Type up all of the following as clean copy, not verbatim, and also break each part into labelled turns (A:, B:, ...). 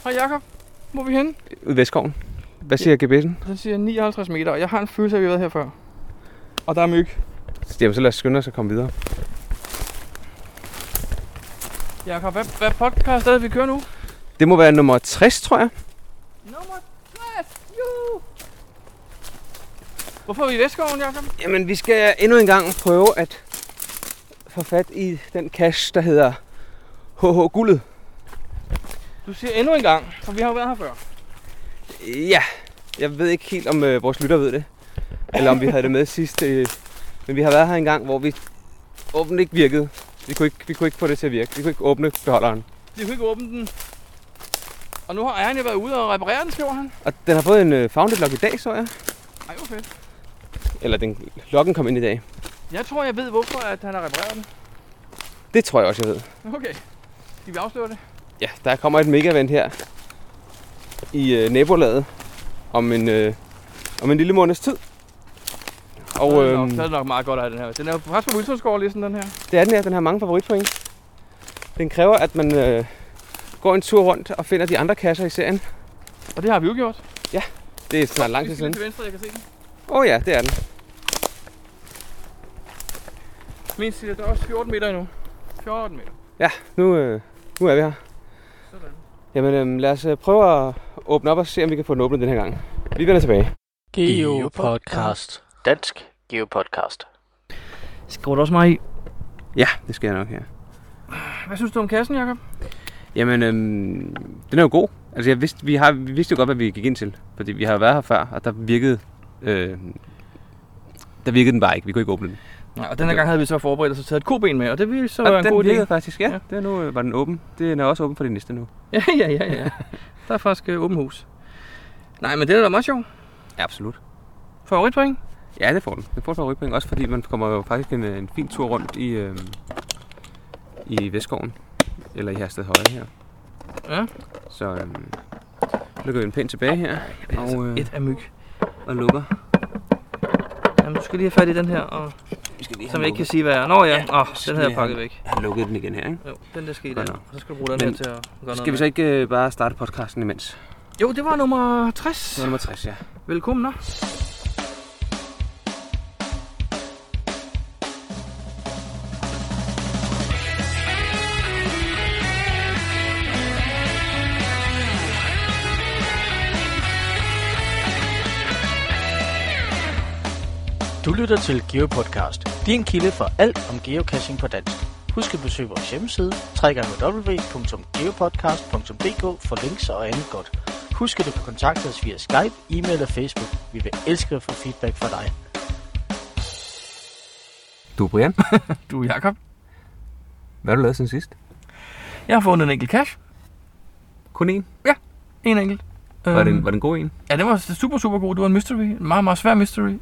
A: Hej Jakob, hvor er vi henne?
B: Ude i Vestskoven. Hvad siger GPS'en?
A: Den siger 59 meter, og jeg har en følelse af, at vi har været her før. Og der er myg.
B: Jamen, så lad os skynde os at komme videre.
A: Jakob, hvad podcast er det, vi kører nu?
B: Det må være nummer 60, tror jeg.
A: Nummer 60! Juhu! Hvorfor er vi i Vestskoven, Jakob?
B: Jamen, vi skal endnu en gang prøve at få fat i den cache, der hedder HH Guldet.
A: Du siger endnu en gang, for vi har jo været her før.
B: Ja, jeg ved ikke helt, om vores lytter ved det. Eller om vi havde det med sidst. Men vi har været her en gang, hvor åbent ikke virkede. Vi kunne ikke få det til at virke. Vi kunne ikke åbne beholderen.
A: Vi kunne ikke åbne den. Og nu har ejeren jo været ude og reparere den, skriver han.
B: Og den har fået en founded lock i dag, så jeg.
A: Ej, hvor fedt.
B: Eller lokken kom ind i dag.
A: Jeg tror, jeg ved, hvorfor at han har repareret den.
B: Det tror jeg også, jeg ved.
A: Okay. Skal vi afsløre det?
B: Ja, der kommer et mega-event her i nabolaget om en lille måneds tid. Og
A: det er nok meget godt af den her. Den er jo faktisk på Wilsonsgård-listen, den her.
B: Det er den her. Den har mange favoritpoint. Den kræver, at man går en tur rundt og finder de andre kasser i serien.
A: Og det har vi jo gjort.
B: Ja, det er snart lang tid siden.
A: Til venstre, jeg kan se den.
B: Ja, det er den.
A: Min siger, der er også 14 meter endnu. 14 meter.
B: Ja, nu er vi her.
A: Sådan.
B: Jamen, lad os prøve at åbne op og se, om vi kan få den åbnet den her gang. Vi vender tilbage.
C: GeoPodcast. Dansk GeoPodcast.
A: Skriver du også mig i?
B: Ja, det skal jeg nok her.
A: Hvad synes du om kassen, Jakob?
B: Jamen, den er jo god. Altså, vi vidste jo godt, hvad vi gik ind til. Fordi vi har jo været her før, og der virkede den bare ikke. Vi kunne ikke åbne den.
A: Nej, og denne gang havde vi så forberedt os og taget et koben med, og det ville så være en god idé.
B: Den virkede faktisk, ja. Det nu var den åben. Den er også åben for det næste nu.
A: Ja. Der er faktisk åben hus. Nej, men det er da meget sjovt.
B: Ja, absolut.
A: Favoritpoint?
B: Ja, det får den. Den får favoritpoint, også fordi man kommer jo faktisk en fin tur rundt i Vestskoven. Eller i Hersted Høje her.
A: Ja.
B: Så lukker vi en pænt tilbage her.
A: Og et af myg.
B: Og lukker.
A: Jamen, du skal lige have fat i den her, og som jeg ikke kan sige, hvad er. Nå ja, den her er pakket væk.
B: Jeg har lukket den igen her, ikke?
A: Jo, den der skal der. Og så skal du bruge den her til at gøre noget.
B: Skal vi så ikke bare starte podcasten imens?
A: Jo, det var nummer 60.
B: Det var nummer 60, ja.
A: Velkommen,
C: Du lytter til GeoPodcast, din kilde for alt om geocaching på dansk. Husk at besøge vores hjemmeside, www.geopodcast.dk for links og andet godt. Husk at du kan kontakte os via Skype, e-mail og Facebook. Vi vil elske at få feedback fra dig.
B: Du er Brian.
A: Du er Jakob.
B: Hvad har du lavet siden sidst?
A: Jeg har fundet en enkelt cache.
B: Kun én?
A: Ja, en enkelt.
B: Var den god en?
A: Ja, det var super, super god. Det var en mystery. En meget, meget svær mystery.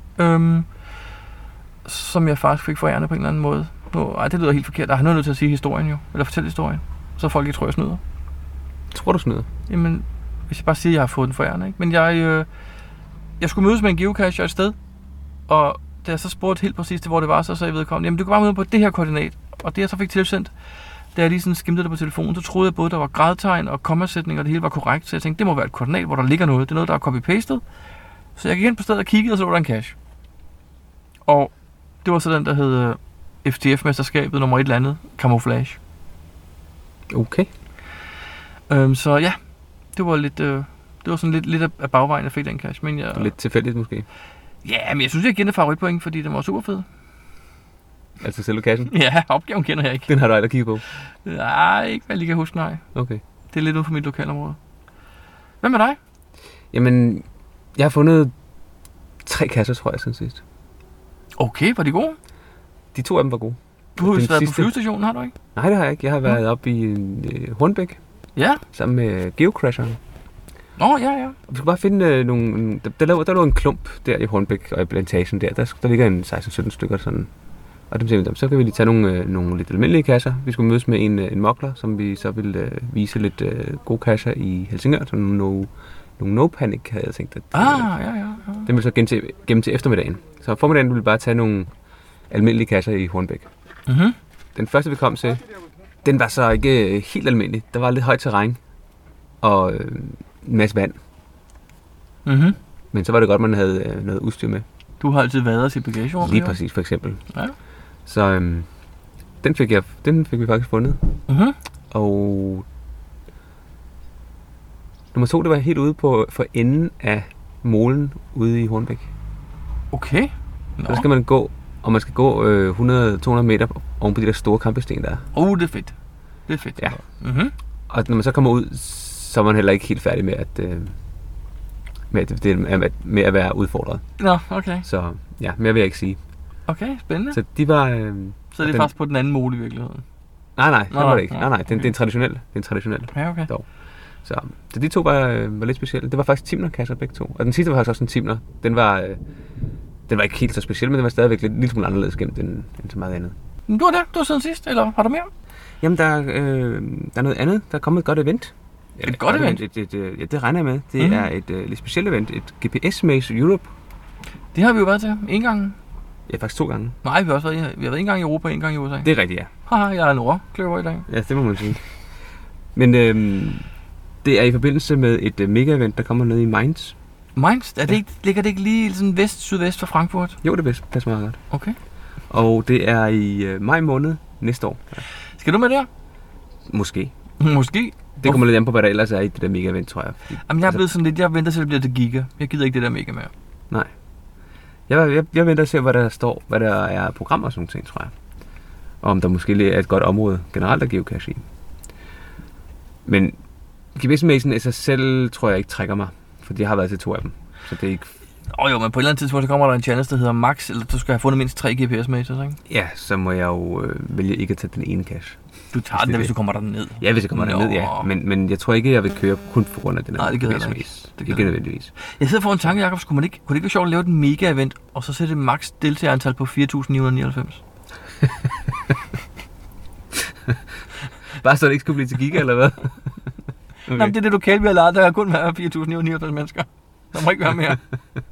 A: Som jeg faktisk fik forærende på en eller anden måde. Det lyder helt forkert. Der er noget nødt til at sige historien jo. Eller fortælle historien. Så folk ikke tror, jeg snyder.
B: Tror du snyder?
A: Jamen, hvis jeg bare siger, at jeg har fået den forærende, ikke? Men jeg skulle mødes med en geocacher et sted. Og da jeg så spurgte helt præcist, hvor det var, så sagde jeg vedkommende, jamen du kan bare møde på det her koordinat. Og det jeg så fik tilsendt, da jeg lige sådan skimtede det på telefonen, så troede jeg både, der var gradtegn og kommasætning, og det hele var korrekt. Så jeg tænkte, det må være et koordinat, hvor der ligger noget. Det er noget, der er copy-pastet. Så jeg gik ind på stedet og kiggede, og så var der en cache. Og det var så den, der hed FTF-mesterskabet nummer 1 eller andet. Camouflage.
B: Okay.
A: Så ja, det var lidt... det var sådan lidt af bagvejen, jeg fik den cache. Men
B: lidt tilfældigt måske?
A: Ja, men jeg synes, jeg giver den favoritpoint, fordi den var super fed.
B: Altså selve kassen?
A: Ja, opgaven kender jeg ikke.
B: Den har du aldrig kigget på?
A: Nej, ikke hvad jeg lige kan huske, nej.
B: Okay.
A: Det er lidt ude for mit lokalområde. Hvad med dig?
B: Jamen, jeg har fundet 3 kasser, tror jeg, siden sidst.
A: Okay, var de gode?
B: De 2 af dem var gode.
A: Du har jo været på flyvestationen, har du ikke?
B: Nej, det har jeg ikke. Jeg har været oppe i Hornbæk.
A: Ja.
B: Sammen med geocacheren.
A: Ja.
B: Vi skulle bare finde nogle... Der lå en klump der i Hornbæk og i plantagen der ligger en 16-17 stykker sådan. Og dem siger vi, så kan vi lige tage nogle lidt almindelige kasser. Vi skulle mødes med en mokler, som vi så ville vise lidt gode kasser i Helsingør. Så nogle no panic havde jeg tænkt. At,
A: ja.
B: Den ville så gennem til eftermiddagen. Så formiddagen ville vi bare tage nogle almindelige kasser i Hornbæk.
A: Mm-hmm.
B: Den første vi kom til, den var så ikke helt almindelig. Der var lidt højt terræn. og en masse vand.
A: Mhm.
B: Men så var det godt, man havde noget udstyr med.
A: Du har altid været til bagagerummet.
B: Lige
A: jo.
B: præcis, for eksempel.
A: Ja.
B: Så den fik vi faktisk fundet.
A: Mhm.
B: Og nummer 2, det var helt ude for enden af molen ude i Hornbæk.
A: Okay. Nå.
B: Så skal man gå, og man skal gå 100-200 meter oven på de der store kampesten der.
A: Det er fedt. Det er fedt.
B: Ja.
A: Mhm.
B: Og når man så kommer ud, så er man heller ikke helt færdig med med at være udfordret.
A: Nå, okay.
B: Så ja, mere vil jeg ikke sige.
A: Okay, spændende.
B: Så de var...
A: Så det er faktisk på den anden mole i virkeligheden.
B: Nej, det var det ikke.
A: Nå,
B: Nej, det er
A: okay.
B: en traditionel. Det er en traditionel.
A: Ja, okay.
B: Dog. Så de to var lidt specielle. Det var faktisk Timner-kasser begge to. Og den sidste var faktisk også en Timner. Den var ikke helt så speciel, men den var stadigvæk lidt smule anderledes gemt end så meget andet.
A: Men du har siden sidst, eller har du mere?
B: Jamen, der er noget andet. Der er kommet et godt event.
A: Et godt event?
B: Ja, det regner jeg med. Det er et lidt specielt event. Et GPS-Maze Europe.
A: Det har vi jo været til. En gang.
B: Ja, faktisk 2 gange.
A: Nej, vi har været en gang i Europa og en gang i USA.
B: Det er rigtigt, ja.
A: Haha, jeg er en ordkløver i dag.
B: Ja, det må man sige. Men det er i forbindelse med et mega-event, der kommer ned i Mainz.
A: Mainz? Ligger det ikke lige sådan sydvest for Frankfurt?
B: Jo, det passer meget godt.
A: Okay.
B: Og det er i maj måned næste år.
A: Skal du med der?
B: Måske.
A: Måske.
B: Det kommer lidt an på, hvad der ellers er i det der mega-event, tror jeg. Fordi,
A: Jamen, jeg er blevet sådan lidt, jeg venter til det bliver til Giga. Jeg gider ikke det der mega mere.
B: Nej. Jeg venter og ser, hvad der står, hvad der er programmer og sådan ting, tror jeg. Og om der måske er et godt område generelt at geocache i. Men GPS-mazen i sig selv, tror jeg ikke trækker mig. Fordi jeg har været til 2 af dem. Så det er ikke...
A: Jo, men på et eller andet tidspunkt, så kommer der en challenge, der hedder Max, eller du skal have fundet mindst 3 GPS-matches, ikke?
B: Ja, så må jeg jo vælge ikke at tage den ene cache.
A: Du tager den, hvis du kommer der ned.
B: Ja, hvis jeg kommer derned, ja. Men jeg tror ikke, jeg vil køre kun på grund af den her.
A: Nej, det gider jeg ikke.
B: Ikke nødvendigvis.
A: Jeg sidder for en tanke, Jacob, kunne det ikke være sjovt at lave et mega-event, og så sætte max deltagerantal på 4.999?
B: Bare så det ikke skulle blive til Giga, eller hvad?
A: Okay. Nå, det er det lokale, vi har lavet. Der kan kun være 4.999 mennesker. Der må ikke være mere.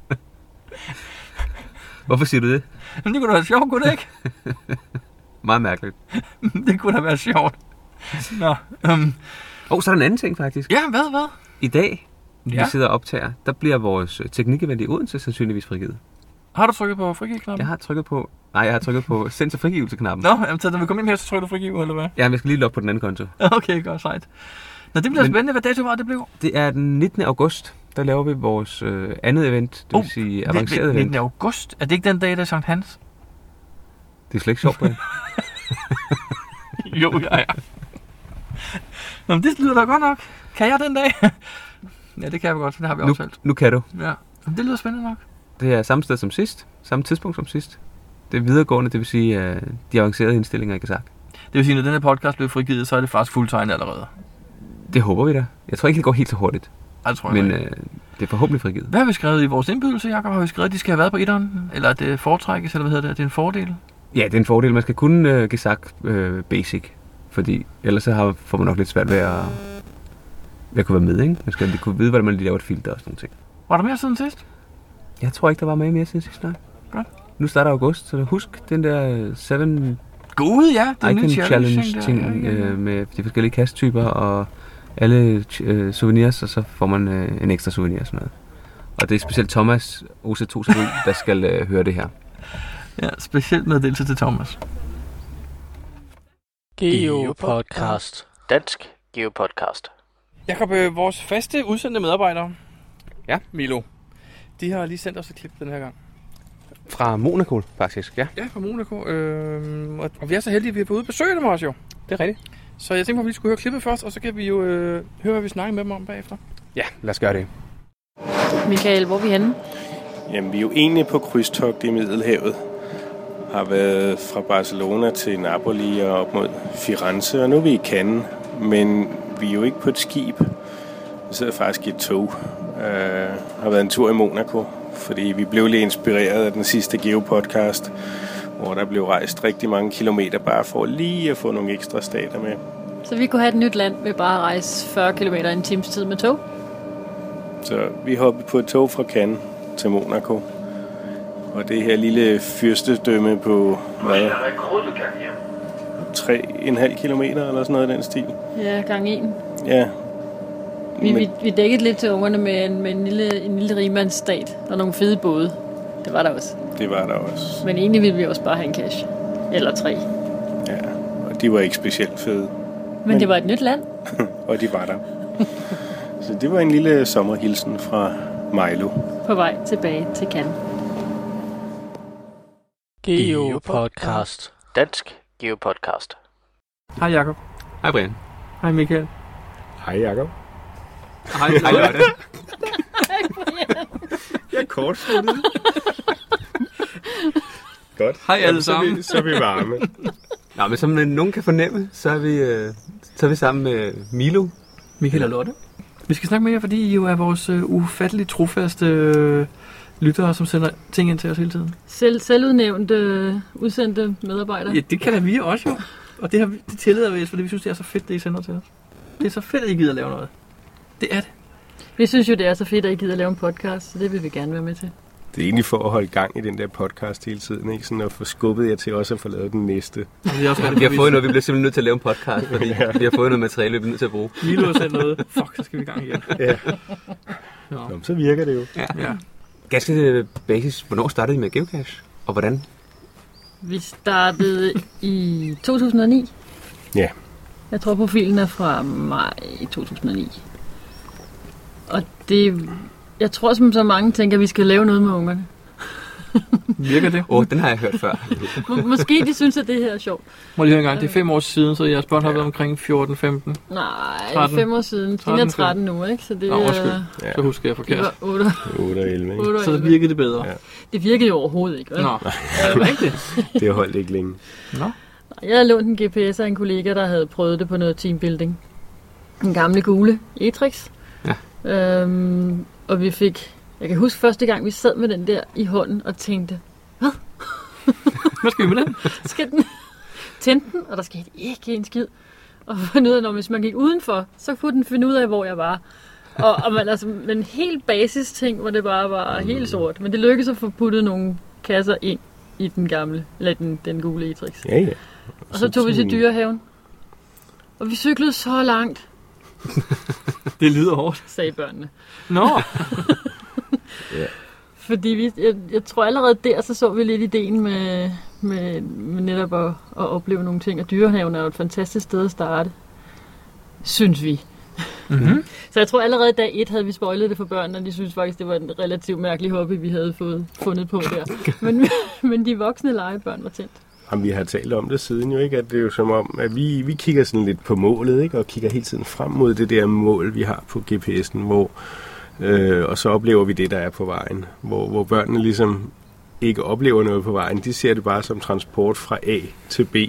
B: Hvorfor siger du det?
A: Men det kunne da være sjovt, kunne det ikke?
B: Meget mærkeligt.
A: Det kunne da være sjovt. Nå.
B: Så er der en anden ting, faktisk.
A: Ja, hvad?
B: I dag,
A: Ja.
B: vi sidder og optager, der bliver vores teknikevent i Odense sandsynligvis frigivet.
A: Har du trykket på frigiveknappen?
B: Jeg har trykket på send til frigivelse-knappen.
A: Nå, jamen, så når vi kommer ind her, så trykker du frigive, eller hvad?
B: Ja, men jeg skal lige logge på den anden konto.
A: Okay, godt sejt. Nå, det bliver spændende. Hvad dato var det blev?
B: Det er den 19. august, der laver vi vores andet event, det vil sige avanceret event.
A: 19. august? Er det ikke den dag, der er Sankt Hans?
B: Det er slet ikke sjovt, Brian.
A: Jo, ja. Nå, men det lyder da godt nok. Kan jeg den dag? Ja, det kan jeg godt, for det har vi aftalt.
B: Nu kan du.
A: Ja, men det lyder spændende nok.
B: Det er samme sted som sidst, samme tidspunkt som sidst. Det er videregående, det vil sige de avancerede indstillinger, ikke sagt.
A: Det vil sige, når den her podcast bliver frigivet, så er det faktisk fuldtegnet allerede.
B: Det håber vi da. Jeg tror ikke, det går helt så hurtigt.
A: Det tror jeg
B: men det er forhåbentlig frigivet.
A: Hvad har vi skrevet i vores indbydelse, Jacob? Har vi skrevet, at de skal have været på etteren? Eller at det foretrækkes, eller hvad hedder det? Det er en fordel?
B: Ja, det er en fordel. Man skal kun give sagt basic. Fordi ellers så får man nok lidt svært ved at kunne være med, ikke? Man skal lige kunne vide, hvordan man lige laver et filter og sådan nogle ting.
A: Var der mere siden sidst?
B: Jeg tror ikke, der var mere siden sidst, nej.
A: Godt.
B: Nu starter august, så husk den der 7
A: God, ja. Det er
B: Icon
A: en
B: Challenge ting med de forskellige kasttyper og alle souvenirs, og så får man en ekstra souvenir og sådan noget. Og det er specielt Thomas OC2, der skal høre det her.
A: Ja, specielt meddelelse til Thomas.
C: Geopodcast. Dansk Geopodcast.
A: Jakob, vores faste udsendte medarbejdere,
B: Ja.
A: Milo, de har lige sendt os et klip den her gang.
B: Fra Monaco, faktisk, ja.
A: Ja, fra Monaco. Og vi er så heldige, at vi er på ude besøge dem også jo.
B: Det er rigtigt.
A: Så jeg tænker på, at vi skulle høre klippet først, og så kan vi jo høre, hvad vi snakker med dem om bagefter.
B: Ja, lad os gøre det.
D: Michael, hvor er vi henne?
E: Jamen, vi er jo egentlig på krydstogt i Middelhavet. Har været fra Barcelona til Napoli og op mod Firenze, og nu er vi i Cannes. Men vi er jo ikke på et skib. Vi sidder faktisk i et tog. Har været en tur i Monaco, fordi vi blev lidt inspireret af den sidste Geopodcast, hvor der blev rejst rigtig mange kilometer bare for lige at få nogle ekstra stater med.
D: Så vi kunne have et nyt land ved bare at rejse 40 km i en times tid med tog?
E: Så vi hoppede på et tog fra Cannes til Monaco. Og det her lille fyrstedømme på 3,5 kilometer eller sådan noget i den stil.
D: Ja, gang 1.
E: Ja,
D: Vi dækkede lidt til ungerne med en lille rigmandsstat og nogle fede både. Det var der også.
E: Det var der også.
D: Men egentlig ville vi også bare have en cash. Eller 3.
E: Ja, og de var ikke specielt fede.
D: Men det var et nyt land.
E: Og de var der. Så det var en lille sommerhilsen fra Milo.
D: På vej tilbage til Cannes.
C: Geopodcast. Dansk Geopodcast.
A: Hej Jakob.
B: Hej Brian.
A: Hej Michael.
E: Hej Jacob.
B: Hej Lotte.
E: Jeg er kortsluttet. Godt.
B: Hej alle sammen.
E: Så er vi varme.
B: Nå, men som nogen kan fornemme, så er vi sammen med Milo.
A: Michael og Lotte. Vi skal snakke med jer, fordi I jo er vores ufatteligt trofaste lyttere, som sender ting ind til os hele tiden.
D: Selvudnævnte, udsendte medarbejdere.
A: Ja, det kan da vi også jo. Og det tillader vi os, fordi vi synes, det er så fedt, det I sender til os. Det er så fedt, at I gider at lave noget. Det er det.
D: Vi synes jo, det er så fedt, at I gider at lave en podcast, så det vil vi gerne være med til.
E: Det er egentlig for at holde gang i den der podcast hele tiden, ikke? Sådan at få skubbet jer til også at få lavet den næste.
B: Vi har fået noget, vi bliver simpelthen nødt til at lave en podcast, fordi vi har fået noget materiale, vi bliver nødt til at bruge.
A: Milo har sendt noget. Fuck, så skal vi i gang igen.
E: Ja. Så virker det jo.
B: Ja. Ganske basis. Hvornår startede I med Geocache? Og hvordan?
D: Vi startede i 2009.
E: Ja.
D: Jeg tror, profilen er fra maj 2009. Og det... Jeg tror, som så mange tænker, at vi skal lave noget med ungerne.
A: Virker det?
B: Den har jeg hørt før.
D: Måske de synes, at det her er sjovt.
A: Må lige høre en gang. Det er 5 år siden, så jeres børn har været omkring 14-15.
D: Nej,
A: 13.
D: 5 år siden. De er 13 nu, ikke? Så det
A: er... Så husker jeg forkert.
D: Det var
E: 8 og 11, ikke?
A: Så virkede det bedre.
E: Ja.
D: Det virkede jo overhovedet ikke, vel?
A: Nå, er det rigtigt?
E: Det holdt ikke længe.
A: Nå.
D: Jeg havde lånt en GPS af en kollega, der havde prøvet det på noget teambuilding. Den gamle gule Etrix.
B: Ja.
D: Og vi fik... Jeg kan huske første gang, vi sad med den der i hånden og tænkte, hvad?
A: Hvad skal vi med den?
D: Skal den tænde den, og der skete ikke en skid. Og finde ud af, når hvis man gik udenfor, så kunne den finde ud af, hvor jeg var. Og man, altså, en helt basis ting, hvor det bare var helt sort. Men det lykkedes at få puttet nogle kasser ind i den gamle, eller den gule Etrix.
E: Ja.
D: Og så tog vi til Dyrehaven. Og vi cyklede så langt.
A: Det lyder hårdt,
D: sagde børnene.
A: Nå!
E: Ja.
D: Fordi jeg tror allerede der, så vi lidt ideen med netop at opleve nogle ting. Og Dyrehaven er jo et fantastisk sted at starte, synes vi. Mm-hmm. Så jeg tror allerede dag 1 havde vi spoilet det for børnene, og de synes faktisk, det var en relativt mærkelig hobby, vi havde fundet på der. Men de voksne legebørn var tændt.
E: Jamen, vi har talt om det siden jo, ikke? At det er jo som om, at vi kigger sådan lidt på målet, ikke? Og kigger hele tiden frem mod det der mål, vi har på GPS'en, hvor og så oplever vi det, der er på vejen. Hvor børnene ligesom ikke oplever noget på vejen. De ser det bare som transport fra A til B.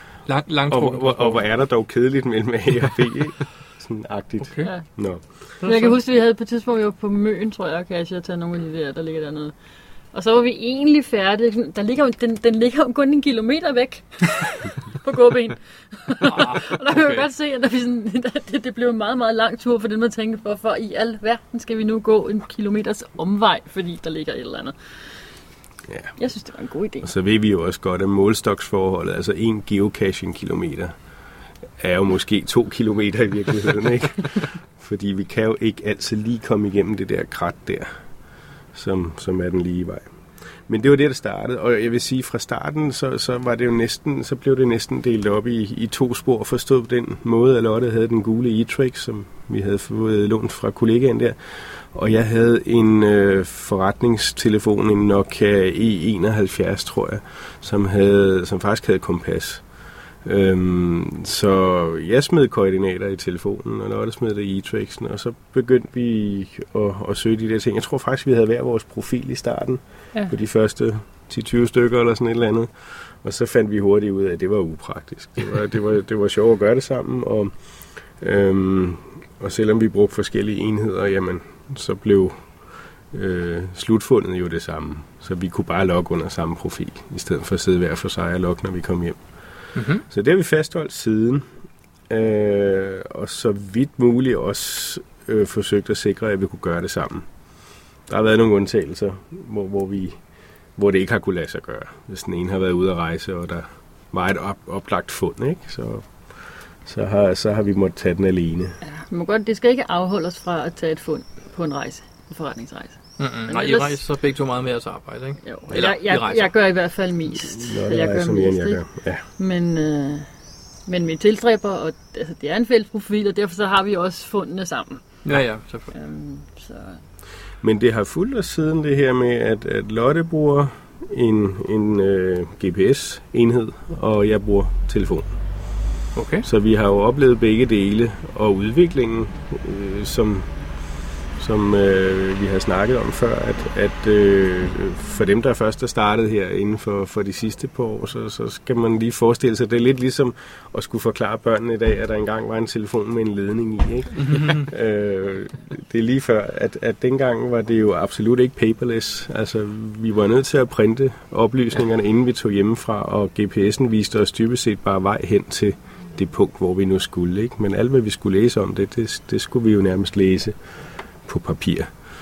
E: Og hvor er der dog kedeligt mellem A og B, ikke? Sådan agtigt. Okay.
D: Ja.
E: Nå.
D: Men jeg kan huske, at vi havde på et tidspunkt, vi var på Møn, tror jeg, kan jeg tage nogle af de der ligger dernede. Og så var vi egentlig færdige. Den ligger jo kun 1 kilometer væk på gåben. Og der kan jeg godt se, at det blev en meget, meget lang tur for dem, der tænkte, hvorfor i al verden skal vi nu gå 1 kilometers omvej, fordi der ligger et eller andet. Ja. Jeg synes, det var en god idé.
E: Og så ved vi jo også godt, at målstoksforholdet, altså 1 geocaching-kilometer, er jo måske 2 kilometer i virkeligheden, ikke? Fordi vi kan jo ikke altid lige komme igennem det der krat der, som er den lige vej. Men det var det, der startede, og jeg vil sige, fra starten, så var det jo næsten, så blev det næsten delt op i 2 spor, forstået på den måde, at Lotte havde den gule Etrix, som vi havde fået lånt fra kollegaen der, og jeg havde en forretningstelefon, en Nokia E71, tror jeg, som faktisk havde kompas. Så jeg smed koordinater i telefonen, og Lotte smed det i Etrixen, og så begyndte vi at søge de der ting. Jeg tror faktisk, vi havde hver vores profil i starten, på de første 10-20 stykker eller sådan et eller andet. Og så fandt vi hurtigt ud af, at det var upraktisk. Det var sjovt at gøre det sammen, og selvom vi brugte forskellige enheder, jamen, så blev slutfundet jo det samme. Så vi kunne bare logge under samme profil, i stedet for at sidde hver for sig og logge, når vi kom hjem. Mm-hmm. Så det har vi fastholdt siden, og så vidt muligt også forsøgt at sikre, at vi kunne gøre det sammen. Der har været nogle undtagelser, hvor det ikke har kunne lade sig gøre. Hvis den ene har været ude at rejse, og der var et oplagt fund, ikke? så har vi måttet tage den alene.
D: Ja, det skal ikke afholde os fra at tage et fund på en rejse, en forretningsrejse.
A: Nej, I rejser så begge to meget med at arbejde, ikke?
D: Jo, jeg gør i hvert fald mest. Jeg gør mest, ikke?
E: Ja.
D: Men vi tilstræber, og altså, det er en fælles profil, og derfor så har vi også fundene sammen.
A: Ja, selvfølgelig.
D: Så.
E: Men det har fulgt os siden det her med, at Lotte bruger en GPS-enhed, og jeg bruger telefon.
A: Okay.
E: Så vi har jo oplevet begge dele, og udviklingen, som vi har snakket om før, at for dem, der først er startet her inden for de sidste par år, så skal man lige forestille sig, det er lidt ligesom at skulle forklare børnene i dag, at der engang var en telefon med en ledning i. Ikke? Det er lige før, at dengang var det jo absolut ikke paperless. Altså, vi var nødt til at printe oplysningerne, inden vi tog hjemmefra, og GPS'en viste os dybest set bare vej hen til det punkt, hvor vi nu skulle. Ikke? Men alt, hvad vi skulle læse om det skulle vi jo nærmest læse på papir.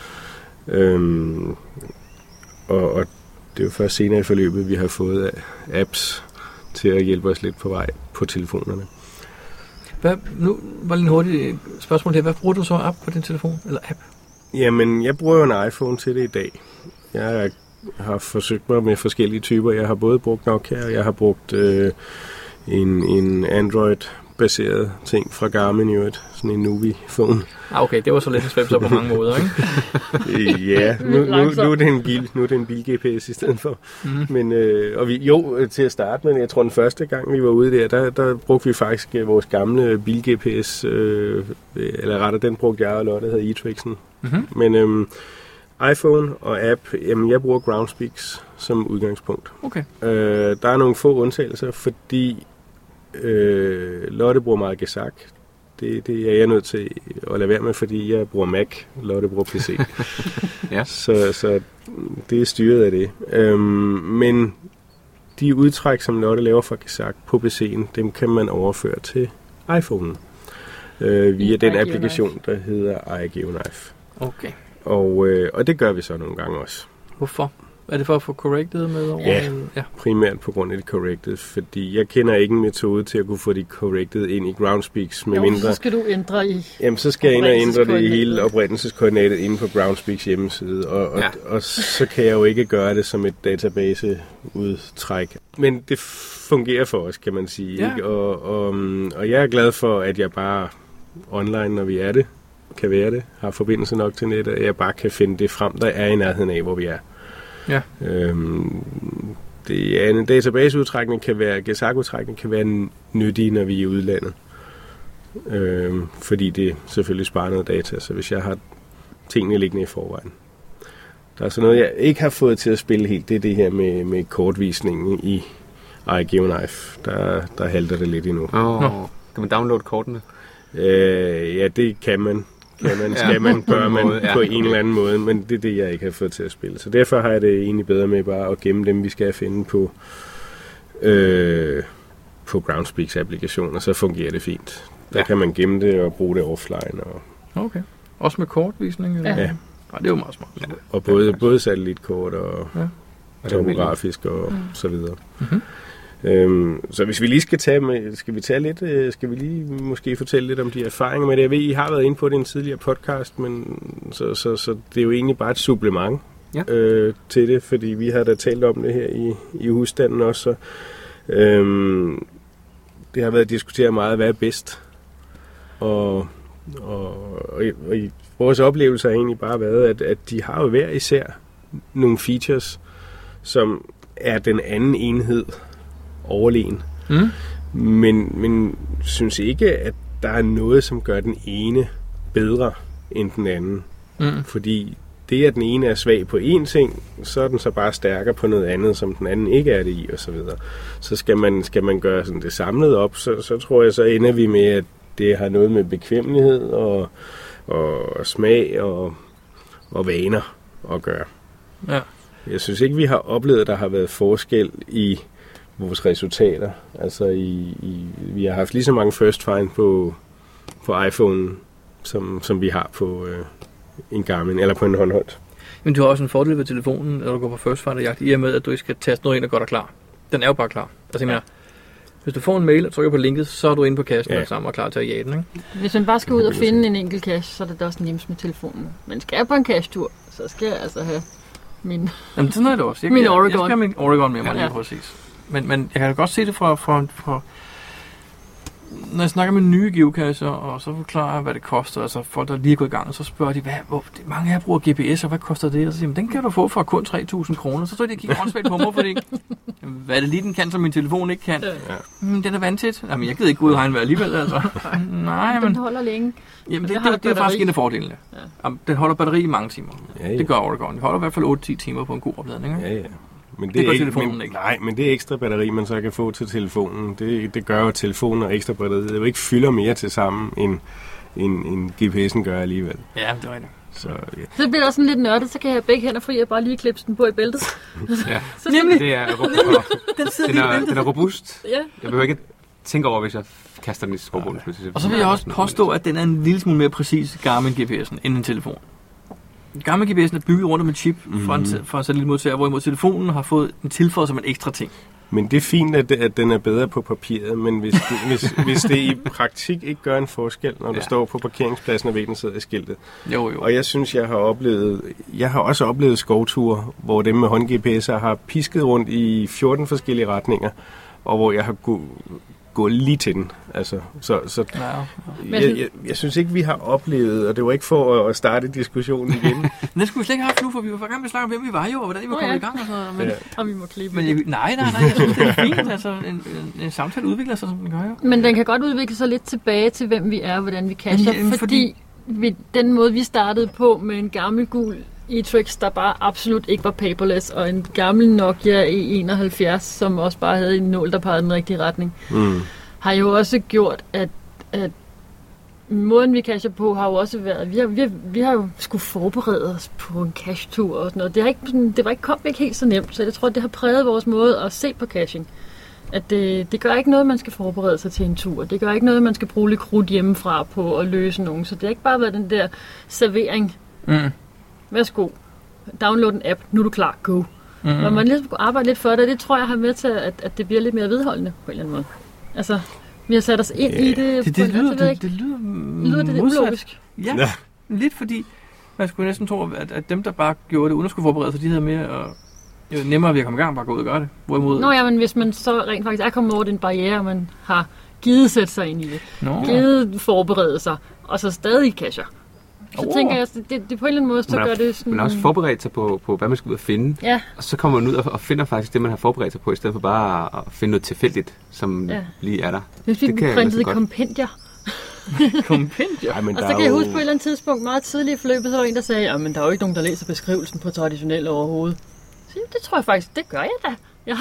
E: Og det er jo først senere i forløbet, vi har fået apps til at hjælpe os lidt på vej på telefonerne.
A: Nu var lige en hurtigt spørgsmål her. Hvad bruger du så app på din telefon? Eller app?
E: Jamen, jeg bruger jo en iPhone til det i dag. Jeg har forsøgt mig med forskellige typer. Jeg har både brugt Nokia, og jeg har brugt en Android-baseret ting fra Garmin, jo sådan en Nuvi-phone.
A: Okay, det var så lidt en svepser på mange måder, ikke?
E: Ja, nu er det en bil-GPS i stedet for. Men, og til at starte med, jeg tror den første gang vi var ude der brugte vi faktisk vores gamle bil-GPS, eller rettere den brugte jeg og Lotte, der hedder e-Trixen. Men iPhone og app, jamen jeg bruger Groundspeaks som udgangspunkt.
A: Okay.
E: Der er nogle få undtagelser, fordi Lotte bruger meget Gezak. Det er jeg nødt til at lade være med, fordi jeg bruger Mac, Lotte bruger PC.
B: Ja.
E: Så det er styret af det. Men de udtræk, som Lotte laver fra Gezak på PC'en, dem kan man overføre til iPhone'en via den applikation, der hedder iGeoKnife.
A: Okay.
E: Og det gør vi så nogle gange også.
A: Hvorfor? Er det for at få corrected med over?
E: Ja, primært på grund af det corrected, fordi jeg kender ikke en metode til at kunne få det corrected ind i Groundspeaks, med mindre.
D: Så skal du ændre i.
E: Jamen, så skal jeg ind og ændre det i hele oprindelseskoordinatet inde på Groundspeaks hjemmeside, og så kan jeg jo ikke gøre det som et databaseudtræk. Men det fungerer for os, kan man sige.
A: Ja.
E: Ikke? Og jeg er glad for, at jeg bare online, når vi er det, kan være det, har forbindelse nok til nettet, at jeg bare kan finde det frem, der er i nærheden af, hvor vi er.
A: Ja.
E: Det er en databaseudtrækning, Gezak-udtrækning kan være nyttig, når vi er i udlandet. Fordi det selvfølgelig sparer noget data, så hvis jeg har tingene liggende i forvejen. Der er så noget, jeg ikke har fået til at spille helt, det er det her med kortvisningen i iGeoKnife. Der halter det lidt endnu.
B: Kan man downloade kortene?
E: Ja, det kan man. Skal man, bør man på en eller anden måde, men det er det, jeg ikke har fået til at spille. Så derfor har jeg det egentlig bedre med bare at gemme dem, vi skal finde på Groundspeaks-applikationen, og så fungerer det fint. Der kan man gemme det og bruge det offline.
A: Okay. Også med kortvisning? Eller?
E: Ja.
A: Det er jo meget smart.
E: Ja. Og både satellitkort og topografisk og så videre. Så hvis vi lige skal vi lige måske fortælle lidt om de erfaringer med det. Jeg ved, I har været inde på det i en tidligere podcast, men så det er jo egentlig bare et supplement til det, fordi vi har da talt om det her i husstanden også. Så, det har været diskuteret meget, hvad er bedst. Og vores oplevelse har egentlig bare været, at de har jo hver især nogle features, som er den anden enhed overlegen. Men synes ikke, at der er noget, som gør den ene bedre end den anden. Fordi det, at den ene er svag på én ting, så er den så bare stærkere på noget andet, som den anden ikke er det i, og så videre. Så skal man gøre sådan det samlet op, så tror jeg, så ender vi med, at det har noget med bekvemmelighed og smag og vaner at gøre. Ja. Jeg synes ikke, vi har oplevet, at der har været forskel i vores resultater. Altså vi har haft lige så mange first find på iPhone, som vi har på en Garmin eller på en håndholdt.
A: Men du har også en fordel ved telefonen, når du går på first find og jagt, i og med, at du ikke skal taste noget ind og gøre dig klar. Den er jo bare klar. Altså, jeg mener, Hvis du får en mail og trykker på linket, så er du inde på kassen og sammen og klar til at jage den, ikke?
D: Hvis man bare skal ud og finde en enkelt cache, så er det da også nemmest med telefonen. Men skal jeg på en cache-tur, så skal jeg altså have min...
A: Jamen, sådan er det også.
D: Min Oregon.
A: Jeg skal have min Oregon med mig lige præcis. Men jeg kan da godt se det fra når jeg snakker med nye geocacher, og så forklarer jeg, hvad det koster, altså folk, der lige er gået i gang, og så spørger de, mange af jer bruger GPS, og hvad koster det? Og så siger de, den kan du få for kun 3.000 kroner. Så står de og kigger åndssvagt på mig, fordi, hvad er det lige, den kan, som min telefon ikke kan? Ja. Den er vandtæt. Jamen, jeg gider ikke gå ud og regne alligevel, altså. Nej, men...
D: Den holder længe.
A: Jamen, det er faktisk en af fordelene. Ja. Den holder batteri i mange timer. Ja. Det gør Oregon. Den holder i hvert fald 8-10 timer på en god opladning, ikke?
E: Ja. Men det gør telefonen ikke. Nej, men det ekstra batteri, man så kan få til telefonen, det gør jo, at telefonen og ekstra batteri, det jo ikke fylder mere til sammen, end GPS'en gør alligevel.
A: Ja, det er rigtigt.
E: Så
D: bliver det også sådan lidt nørdet, så kan jeg have begge hænder fri og bare lige klipse den på i bæltet.
B: Ja,
D: så nemlig.
B: Det er den er robust. Ja. Jeg behøver ikke tænke over, hvis jeg kaster den i skovbunden.
A: Og så vil jeg også påstå, at den er en lille smule mere præcis Garmin GPS'en end en telefon. Garmin GPS'en er bygget rundt om en chip fra en satellitmodtager, hvorimod telefonen har fået en tilføjet som en ekstra ting.
E: Men det er fint, at den er bedre på papiret, men hvis det i praktik ikke gør en forskel, når du står på parkeringspladsen og ved den sidder i skiltet.
A: Jo.
E: Og jeg synes, jeg har også oplevet skovture, hvor dem med hånd-GPS'er har pisket rundt i 14 forskellige retninger, og hvor jeg har gå lige til den. Altså, jeg synes ikke, vi har oplevet, og det var ikke for at starte diskussionen igen.
A: Den skulle vi slet ikke have haft nu, for vi var for gang med at snakke om, hvem vi var jo, og hvordan vi var kommet i gang. Og sådan noget.
D: Og vi må klippe.
A: Men nej, jeg synes, det er fint. Altså, en samtale udvikler sig, som den gør jo.
D: Men den kan godt udvikle sig lidt tilbage til, hvem vi er og hvordan vi cacher, fordi den måde, vi startede på med en gammel gul E-Trix, der bare absolut ikke var paperless, og en gammel Nokia E71, som også bare havde en nål, der pegede den rigtige retning, har jo også gjort, at måden, vi cacher på, har jo også været, vi har jo skulle forberede os på en cache-tur og sådan noget. Det kom ikke helt så nemt, så jeg tror, det har præget vores måde at se på caching. At det gør ikke noget, man skal forberede sig til en tur. Det gør ikke noget, man skal bruge lidt krudt hjemmefra på at løse nogen. Så det har ikke bare været den der servering. Værsgo, download en app, nu er du klar, go. Og man ligesom kunne arbejde lidt for det tror jeg har med til, at det bliver lidt mere vedholdende på en eller anden måde. Altså, vi har sat os ind i det.
A: Det lyder det ulogisk. Ja, lidt fordi man skulle næsten tro, at dem, der bare gjorde det uden at skulle forberede sig, de havde mere nemmere ved at komme i gang, bare gå ud og gøre det. Hvorimod...
D: Nå ja, men hvis man så rent faktisk er kommet over den barriere, man har givet sætte sig ind i det, givet forberede sig, og så stadig cacher. Så tænker jeg, det på en eller anden måde, så gør det sådan...
B: Man har også forberedt sig på, hvad man skal ud og finde. Ja. Og så kommer man ud og finder faktisk det, man har forberedt sig på, i stedet for bare at finde noget tilfældigt, som lige er der.
D: Det fik vi printede kompendier.
A: Kompendier?
D: Og så kan jeg huske på et eller andet tidspunkt, meget tidligt i forløbet, så var der en, der sagde, at der er jo ikke nogen, der læser beskrivelsen på traditionelt overhovedet. Så det tror jeg faktisk, det gør jeg da.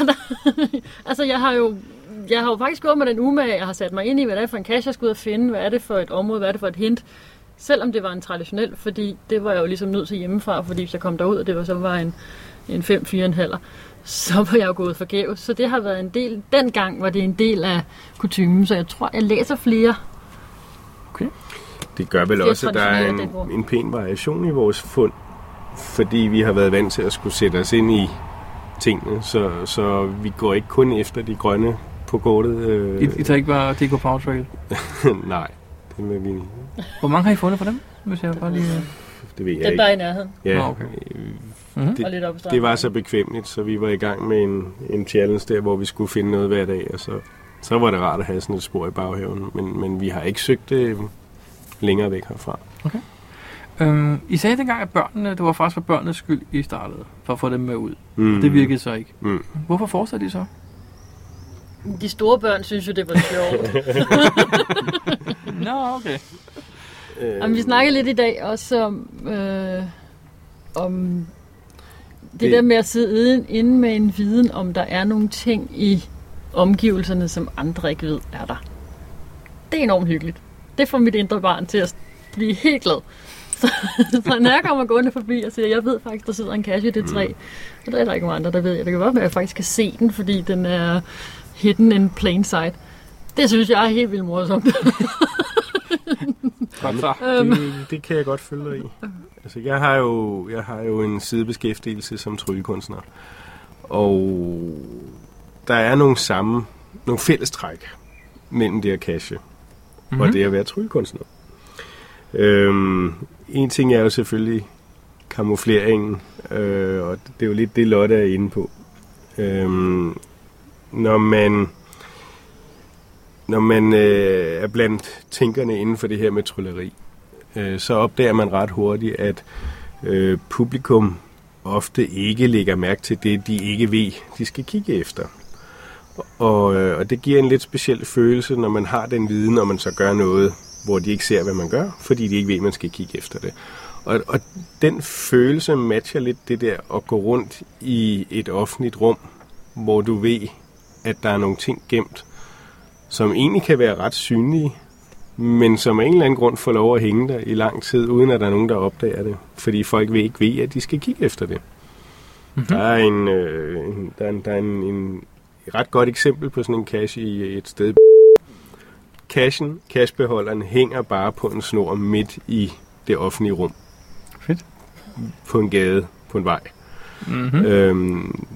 D: Jeg har jo faktisk gået med den umage, jeg har sat mig ind i, hvad det er for en cache, jeg skal ud og finde, hvad er det for et område, hvad er det for et hint. Selvom det var en traditionel, fordi det var jeg jo ligesom nødt til hjemmefra, fordi hvis jeg kom derud, og det var en 5-4,5, så var jeg jo gået forgæves. Så det har været en del, dengang var det en del af kutymen, så jeg tror, jeg læser flere.
A: Okay.
E: Det gør vel også, at der er en pæn variation i vores fund, fordi vi har været vant til at skulle sætte os ind i tingene, så vi går ikke kun efter de grønne på kortet.
A: I tager ikke bare DK Power Trail?
E: Nej.
A: Hvor mange har I fundet for dem? Hvis jeg bare lige...
E: Det ved jeg
D: ikke. Det er bare i nærheden.
E: Ja,
A: okay.
E: Det var så bekvemmeligt, så vi var i gang med en challenge der, hvor vi skulle finde noget hver dag, og så var det rart at have sådan et spor i baghaven. Men vi har ikke søgt det længere væk herfra.
A: Okay. I sagde dengang, at det var faktisk for børnenes skyld, I startede, for at få dem med ud. Det virkede så ikke. Hvorfor fortsatte I så?
D: De store børn synes jo, det var sjovt.
A: Nå, okay.
D: Vi snakker lidt i dag også om det der med at sidde inde med en viden, om der er nogle ting i omgivelserne, som andre ikke ved, er der. Det er enormt hyggeligt. Det får mit indre barn til at blive helt glad. Så når jeg kommer gående forbi og siger, jeg ved faktisk, der sidder en cache i det træ, og der er der ikke nogen andre, der ved jeg. Det kan godt være, at jeg faktisk kan se den, fordi den er hidden in plain sight. Det synes jeg er helt vildt morsomt.
E: Det kan jeg godt følge dig i. Altså, jeg har jo en sidebeskæftigelse som tryllekunstner. Og der er nogle samme nogle fællestræk mellem det at cashe og det at være tryllekunstner. En ting er jo selvfølgelig kamufleringen, og det er jo lidt det, Lotte er inde på. Når man er blandt tænkerne inden for det her med trylleri, så opdager man ret hurtigt, at publikum ofte ikke lægger mærke til det, de ikke ved, de skal kigge efter. Og det giver en lidt speciel følelse, når man har den viden, og man så gør noget, hvor de ikke ser, hvad man gør, fordi de ikke ved, at man skal kigge efter det. Og den følelse matcher lidt det der at gå rundt i et offentligt rum, hvor du ved, at der er nogle ting gemt, som egentlig kan være ret synlige, men som af en eller anden grund får lov at hænge der i lang tid, uden at der er nogen, der opdager det. Fordi folk ikke ved, at de skal kigge efter det. Mm-hmm. Der er en ret godt eksempel på sådan en cache i et sted. Cashbeholderen hænger bare på en snor midt i det offentlige rum.
A: Fedt.
E: På en gade, på en vej. Mm-hmm.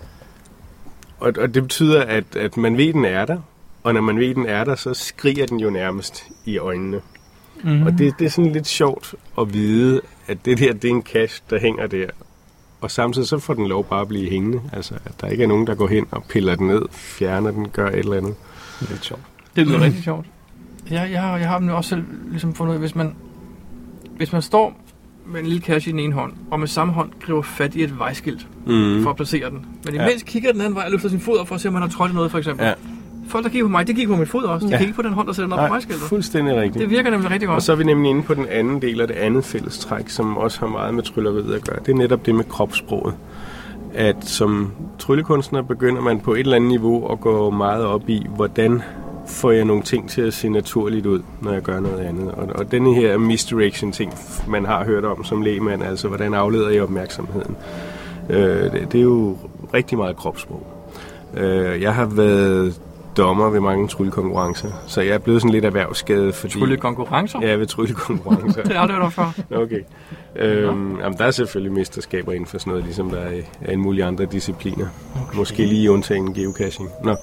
E: Og det betyder, at man ved, den er der, og når man ved, den er der, så skriger den jo nærmest i øjnene. Mm-hmm. Og det er sådan lidt sjovt at vide, at det der, det er en cache, der hænger der. Og samtidig så får den lov bare at blive hængende. Altså, at der ikke er nogen, der går hen og piller den ned, fjerner den, gør et eller andet.
B: Det er lidt sjovt.
A: Det lyder rigtig sjovt. Jeg har dem jo også selv ligesom fundet ud af, hvis man står med en lille cache i den ene hånd, og med samme hånd griber fat i et vejskilt for at placere den. Men imens kigger den anden vej og løfter sin fod op for at se, om man har trådt noget, for eksempel. Ja. Folk, der kigger på mig, det kigger på min fod også. De kigger ikke på den hånd, der sætter den op på vejskiltet.
E: Fuldstændig rigtigt.
A: Det virker nemlig rigtig godt.
E: Og så er vi nemlig inde på den anden del af det andet fællestræk, som også har meget med trylleriet at gøre. Det er netop det med kropssproget. At som tryllekunstner begynder man på et eller andet niveau at gå meget op i, hvordan får jeg nogle ting til at se naturligt ud, når jeg gør noget andet. Og denne her misdirection ting, man har hørt om som lægmand, altså hvordan afleder jeg opmærksomheden. Det er jo rigtig meget kropssprog. Jeg har været dommer ved mange tryllekonkurrencer, så jeg er blevet sådan lidt erhvervsskadet.
A: Tryllekonkurrencer?
E: Ja, ved tryllekonkurrencer.
A: Det har du hørt før.
E: Okay. Jamen, der er selvfølgelig mesterskaber inden for sådan noget, ligesom der er en mulig andre discipliner. Okay. Måske lige undtagen geocaching. Nå.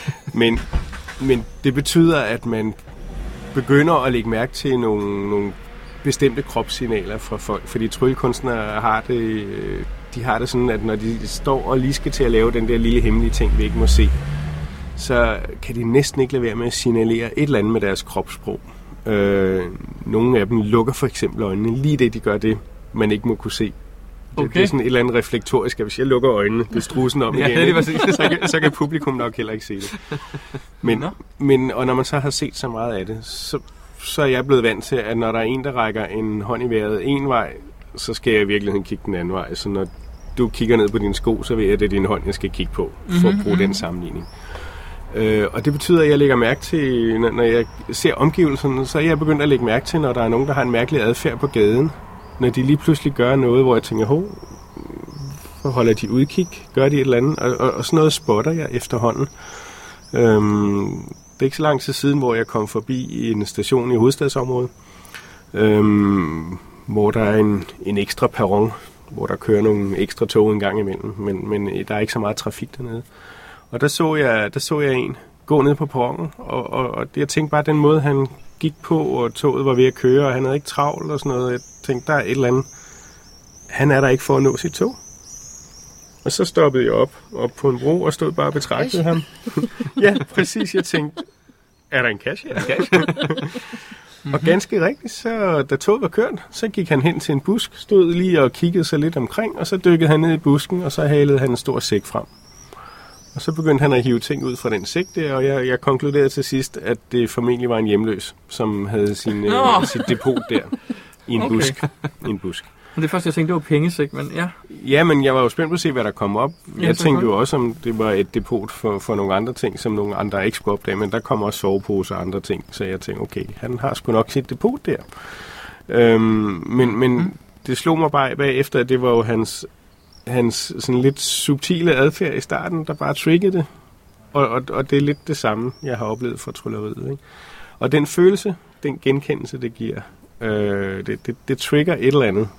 E: Men det betyder, at man begynder at lægge mærke til nogle bestemte kropssignaler fra folk, fordi tryllekunstnere har det sådan, at når de står og lige skal til at lave den der lille hemmelige ting, vi ikke må se, så kan de næsten ikke lade være med at signalere et eller andet med deres kropssprog. Nogle af dem lukker for eksempel øjnene, lige det de gør det, man ikke må kunne se. Okay. Det er sådan et eller andet reflektorisk, at hvis jeg lukker øjnene, det strusen om igen, så kan publikum nok heller ikke se det. Og når man så har set så meget af det, så er jeg blevet vant til, at når der er en, der rækker en hånd i vejret en vej, så skal jeg i virkeligheden kigge den anden vej. Så når du kigger ned på dine sko, så ved jeg, at det er din hånd, jeg skal kigge på, for at bruge den sammenligning. Og det betyder, at jeg lægger mærke til, når jeg ser omgivelserne, så er jeg begyndt at lægge mærke til, når der er nogen, der har en mærkelig adfærd på gaden. Når de lige pludselig gør noget, hvor jeg tænker, holder de udkig, gør de et eller andet, og sådan noget spotter jeg efterhånden. Det er ikke så lang tid siden, hvor jeg kom forbi en station i hovedstadsområdet, hvor der er en ekstra perron, hvor der kører nogle ekstra tog en gang imellem, men der er ikke så meget trafik dernede. Og der så jeg en gå ned på perronen, og jeg tænkte bare, den måde han gik på, og toget var ved at køre, og han havde ikke travlt og sådan noget. Jeg tænkte, der er et eller andet. Han er der ikke for at nå sit tog. Og så stoppede jeg op på en bro og stod bare og betragtede ham. Ja, præcis. Jeg tænkte, er der en cache? Er der en cache? Og ganske rigtigt, så da toget var kørt, så gik han hen til en busk, stod lige og kiggede sig lidt omkring, og så dykkede han ned i busken, og så halede han en stor sæk frem. Og så begyndte han at hive ting ud fra den sæk der, og jeg konkluderede til sidst, at det formentlig var en hjemløs, som havde sit depot der i en busk. I en busk.
A: Det første, jeg tænkte, det var pengesæk, men ja.
E: Ja, men jeg var jo spændt på at se, hvad der kom op. Jeg tænkte jo også, om det var et depot for nogle andre ting, som nogle andre ikke skulle opdage, men der kom også soveposer og andre ting, så jeg tænkte, okay, han har sgu nok sit depot der. Men det slog mig bare bagefter, at det var jo hans sådan lidt subtile adfærd i starten, der bare triggede det. Og det er lidt det samme, jeg har oplevet fra trylleriet. Ikke? Og den følelse, den genkendelse, det giver, det trigger et eller andet.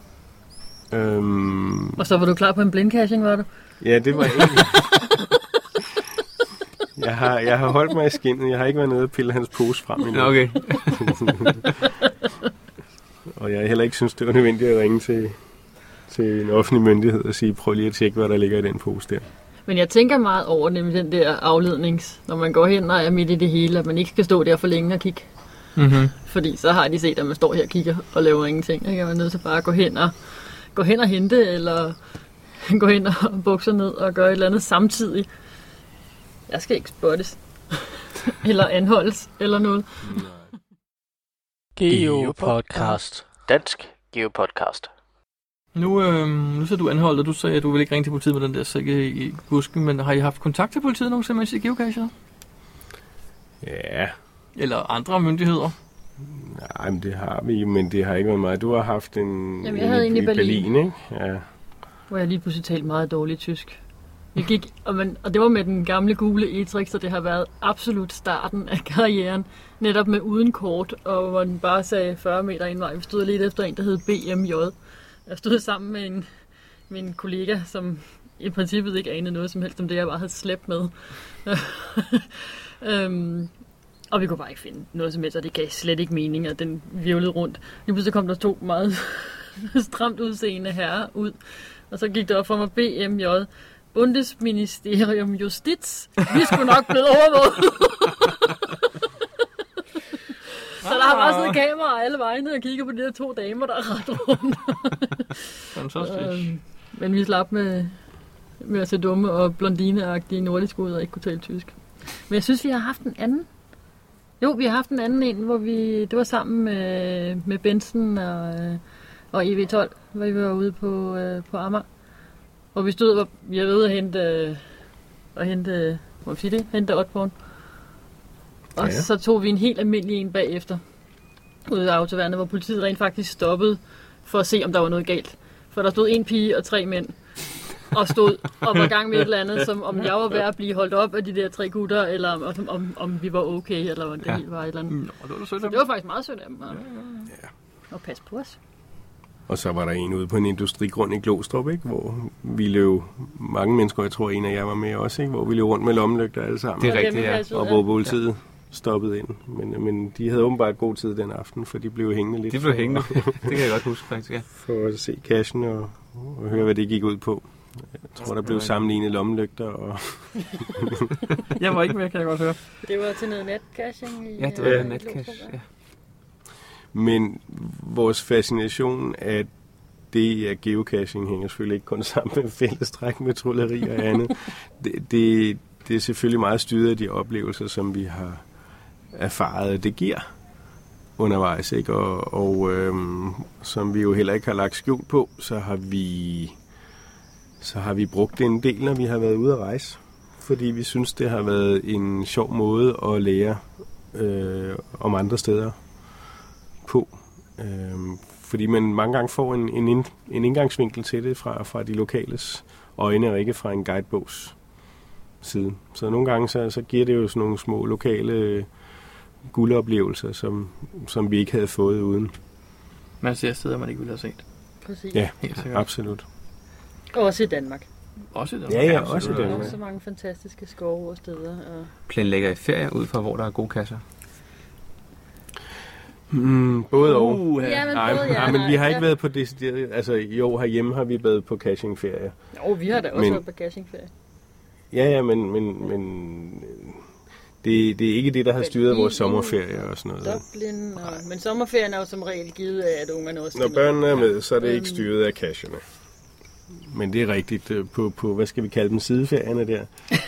E: Og
D: så var du klar på en blindcaching, var du?
E: Ja, det var egentlig. Jeg har holdt mig i skindet. Jeg har ikke været nede og pille hans pose frem endnu.
B: Okay.
E: Og jeg heller ikke synes, det var nødvendigt at ringe til en offentlig myndighed og sige, prøv lige at tjekke, hvad der ligger i den pose der.
D: Men jeg tænker meget over nemlig den der aflednings, når man går hen og er midt i det hele, at man ikke skal stå der for længe og kigge.
A: Mm-hmm.
D: Fordi så har de set, at man står her og kigger og laver ingenting. Ikke? Man er nødt til bare at gå hen og hente, eller gå hen og bukser ned og gøre et eller andet samtidig. Jeg skal ikke spottes. Eller anholdes, eller noget.
C: Geopodcast. Dansk Geopodcast.
A: Nu så du anholdt, og du sagde, at du ville ikke ringe til politiet med den der sække i busken, men har I haft kontakt til politiet nogensinde, mens I geocacher?
E: Ja.
A: Eller andre myndigheder?
E: Nej, men det har vi, men det har ikke været meget. Du har haft en...
D: Jamen, jeg havde en i Berlin,
E: ikke? Ja.
D: Hvor jeg lige pludselig talte meget dårligt tysk. Jeg gik, og det var med den gamle gule e-trix, så det har været absolut starten af karrieren. Netop med uden kort, og hvor den bare sagde 40 meter indvej. Vi stod lidt efter en, der hed BMJ. Jeg stod sammen med min kollega, som i princippet ikke anede noget som helst om det, jeg bare havde slæbt med. Og vi kunne bare ikke finde noget som helst, og det gav slet ikke mening, at den virvlede rundt. Lige pludselig kom der 2 meget stramt udseende herrer ud, og så gik det op for mig BMJ. Bundesministerium Justiz. Vi skulle nok blevet overvåget. Så der har bare siddet kameraer alle vegne og kigger på de der 2 damer, der er ret rundt.
A: Fantastisk.
D: Men vi slap med at se dumme og blondineagtige nordiske ud og ikke kunne tale tysk. Men jeg synes, vi har haft en anden. Jo, vi har haft en anden en, hvor det var sammen med Benson og EV12, hvor vi var ude på Amager. Hvor vi stod, hvor vi var ude og hente Otporn. Og ja. Så tog vi en helt almindelig en bagefter ude af autoværnet, hvor politiet rent faktisk stoppede for at se, om der var noget galt. For der stod 1 pige og 3 mænd og stod og var i gang med et eller andet, som om jeg var ved at blive holdt op af de der 3 gutter, eller om vi var okay, eller om det helt var et eller andet. Så det var faktisk meget sødt af dem. Og pas på os.
E: Og så var der en ude på en industrigrund i Glostrup, ikke? Hvor vi løb mange mennesker, jeg tror en af jer var med også, ikke? Hvor vi løb rundt med lommelygter alle sammen.
B: Det er rigtigt, ja.
E: Og hvor politiet stoppede ind. Men de havde åbenbart god tid den aften, for de blev hængende lidt.
B: De blev hængende, det kan jeg godt huske faktisk, ja.
E: For at se cashen og høre, hvad det gik ud på. Jeg tror, der blev sammenlignet lommelygter og...
A: Jeg var ikke med, kan jeg godt høre.
D: Det var til noget netcaching?
B: Ja, det var netcache, ja.
E: Men vores fascination af det af geocaching hænger selvfølgelig ikke kun sammen med fællestræk med trolleri og andet. Det er selvfølgelig meget styret af de oplevelser, som vi har erfaret, det giver undervejs, ikke? Og som vi jo heller ikke har lagt skjult på, så har vi brugt det en del, når vi har været ude at rejse. Fordi vi synes, det har været en sjov måde at lære om andre steder på. Fordi man mange gange får en indgangsvinkel til det fra de lokales øjne, og ikke fra en guidebogs side. Så nogle gange så giver det jo sådan nogle små lokale guldoplevelser, som vi ikke havde fået uden.
A: Man ser steder, man ikke ville have set.
D: Præcis.
E: Ja, absolut.
D: Også i Danmark.
A: Også i Danmark?
E: Ja, også i
D: Der er
E: Danmark.
D: også så mange fantastiske skove og steder. Og...
B: Planlægger I ferie ud fra, hvor der er gode kasser?
E: Både og.
D: Ja,
E: men vi har ikke været på decideret. Altså i år herhjemme har vi været på cachingferie.
D: Jo, vi har da også været på cachingferie.
E: Ja, men det er ikke det, der har styret vores sommerferie og sådan noget.
D: Dublin, men sommerferien er jo som regel givet af, at ungerne også
E: når børnene er med, så er det ikke styret af cacherne. Men det er rigtigt på hvad skal vi kalde dem, sideferierne der.